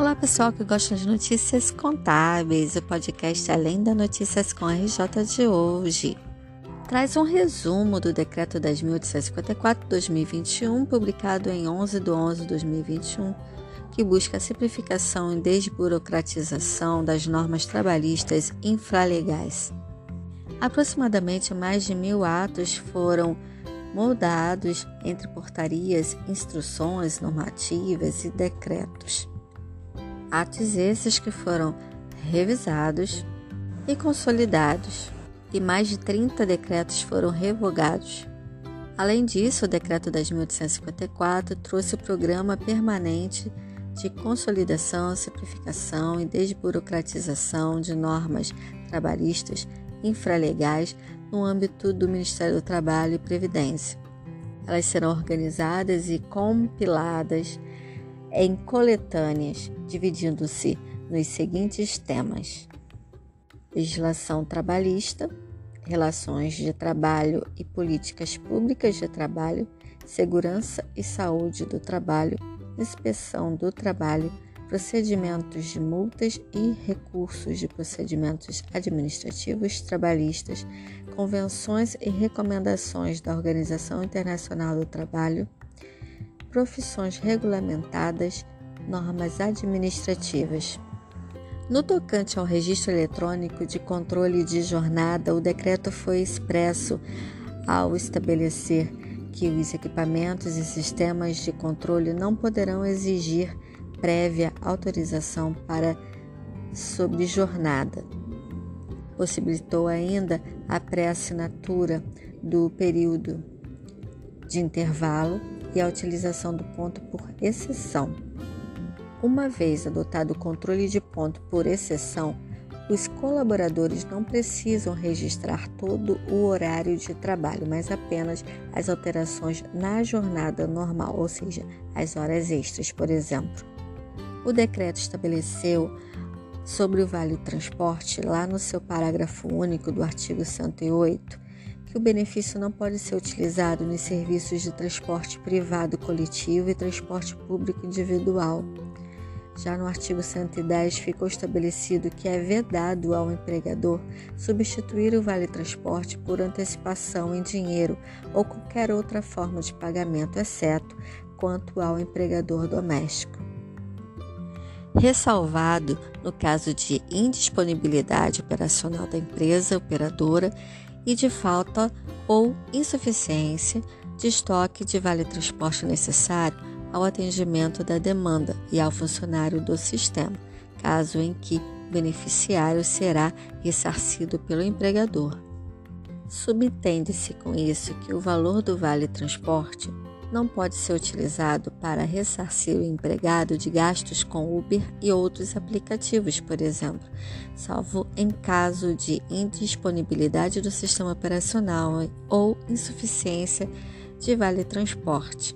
Olá pessoal que gosta de notícias contábeis, o podcast Além da Notícias com a RJ de hoje traz um resumo do Decreto 10.854/2021, publicado em 11/11/2021, que busca a simplificação e desburocratização das normas trabalhistas infralegais. Aproximadamente mais de 1.000 atos foram moldados entre portarias, instruções normativas e decretos. Atos esses que foram revisados e consolidados, e mais de 30 decretos foram revogados. Além disso, o Decreto 10.854 trouxe o Programa Permanente de Consolidação, Simplificação e Desburocratização de Normas Trabalhistas Infralegais no âmbito do Ministério do Trabalho e Previdência. Elas serão organizadas e compiladas em coletâneas, dividindo-se nos seguintes temas: legislação trabalhista, relações de trabalho e políticas públicas de trabalho, segurança e saúde do trabalho, inspeção do trabalho, procedimentos de multas e recursos de procedimentos administrativos trabalhistas, convenções e recomendações da Organização Internacional do Trabalho, profissões regulamentadas, normas administrativas. No tocante ao registro eletrônico de controle de jornada, o decreto foi expresso ao estabelecer que os equipamentos e sistemas de controle não poderão exigir prévia autorização para sobrejornada. Possibilitou ainda a pré-assinatura do período de intervalo e a utilização do ponto por exceção. Uma vez adotado o controle de ponto por exceção, os colaboradores não precisam registrar todo o horário de trabalho, mas apenas as alterações na jornada normal, ou seja, as horas extras, por exemplo. O decreto estabeleceu sobre o Vale Transporte, lá no seu parágrafo único do artigo 108, que o benefício não pode ser utilizado nos serviços de transporte privado coletivo e transporte público individual. Já no artigo 110 ficou estabelecido que é vedado ao empregador substituir o vale-transporte por antecipação em dinheiro ou qualquer outra forma de pagamento, exceto quanto ao empregador doméstico. Ressalvado no caso de indisponibilidade operacional da empresa operadora e de falta ou insuficiência de estoque de vale-transporte necessário ao atendimento da demanda e ao funcionário do sistema, caso em que o beneficiário será ressarcido pelo empregador. Subentende-se com isso que o valor do vale-transporte não pode ser utilizado para ressarcir o empregado de gastos com Uber e outros aplicativos, por exemplo, salvo em caso de indisponibilidade do sistema operacional ou insuficiência de vale-transporte,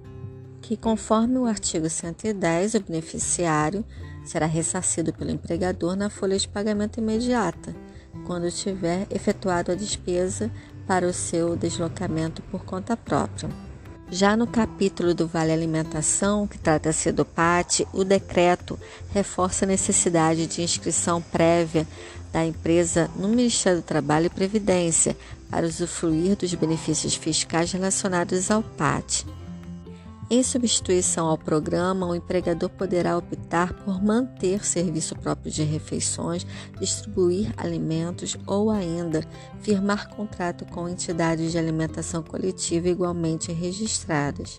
que, conforme o artigo 110, o beneficiário será ressarcido pelo empregador na folha de pagamento imediata, quando tiver efetuado a despesa para o seu deslocamento por conta própria. Já no capítulo do Vale Alimentação, que trata-se do PAT, o decreto reforça a necessidade de inscrição prévia da empresa no Ministério do Trabalho e Previdência para usufruir dos benefícios fiscais relacionados ao PAT. Em substituição ao programa, o empregador poderá optar por manter serviço próprio de refeições, distribuir alimentos ou ainda firmar contrato com entidades de alimentação coletiva igualmente registradas.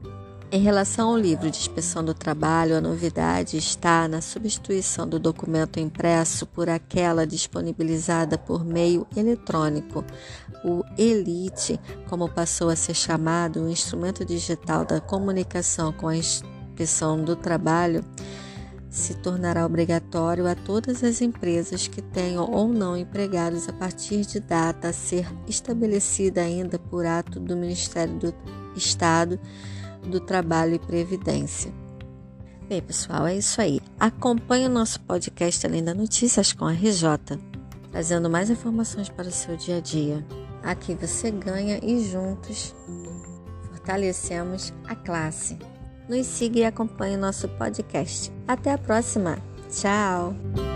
Em relação ao livro de inspeção do trabalho, a novidade está na substituição do documento impresso por aquela disponibilizada por meio eletrônico. O ELIT, como passou a ser chamado, o instrumento digital da comunicação com a inspeção do trabalho, se tornará obrigatório a todas as empresas que tenham ou não empregados a partir de data a ser estabelecida ainda por ato do Ministério do Estado do Trabalho e Previdência. Bem, pessoal, é isso aí. Acompanhe o nosso podcast Além da Notícias com a RJ, trazendo mais informações para o seu dia a dia. Aqui você ganha e juntos fortalecemos a classe. nos siga e acompanhe o nosso podcast. Até a próxima. Tchau!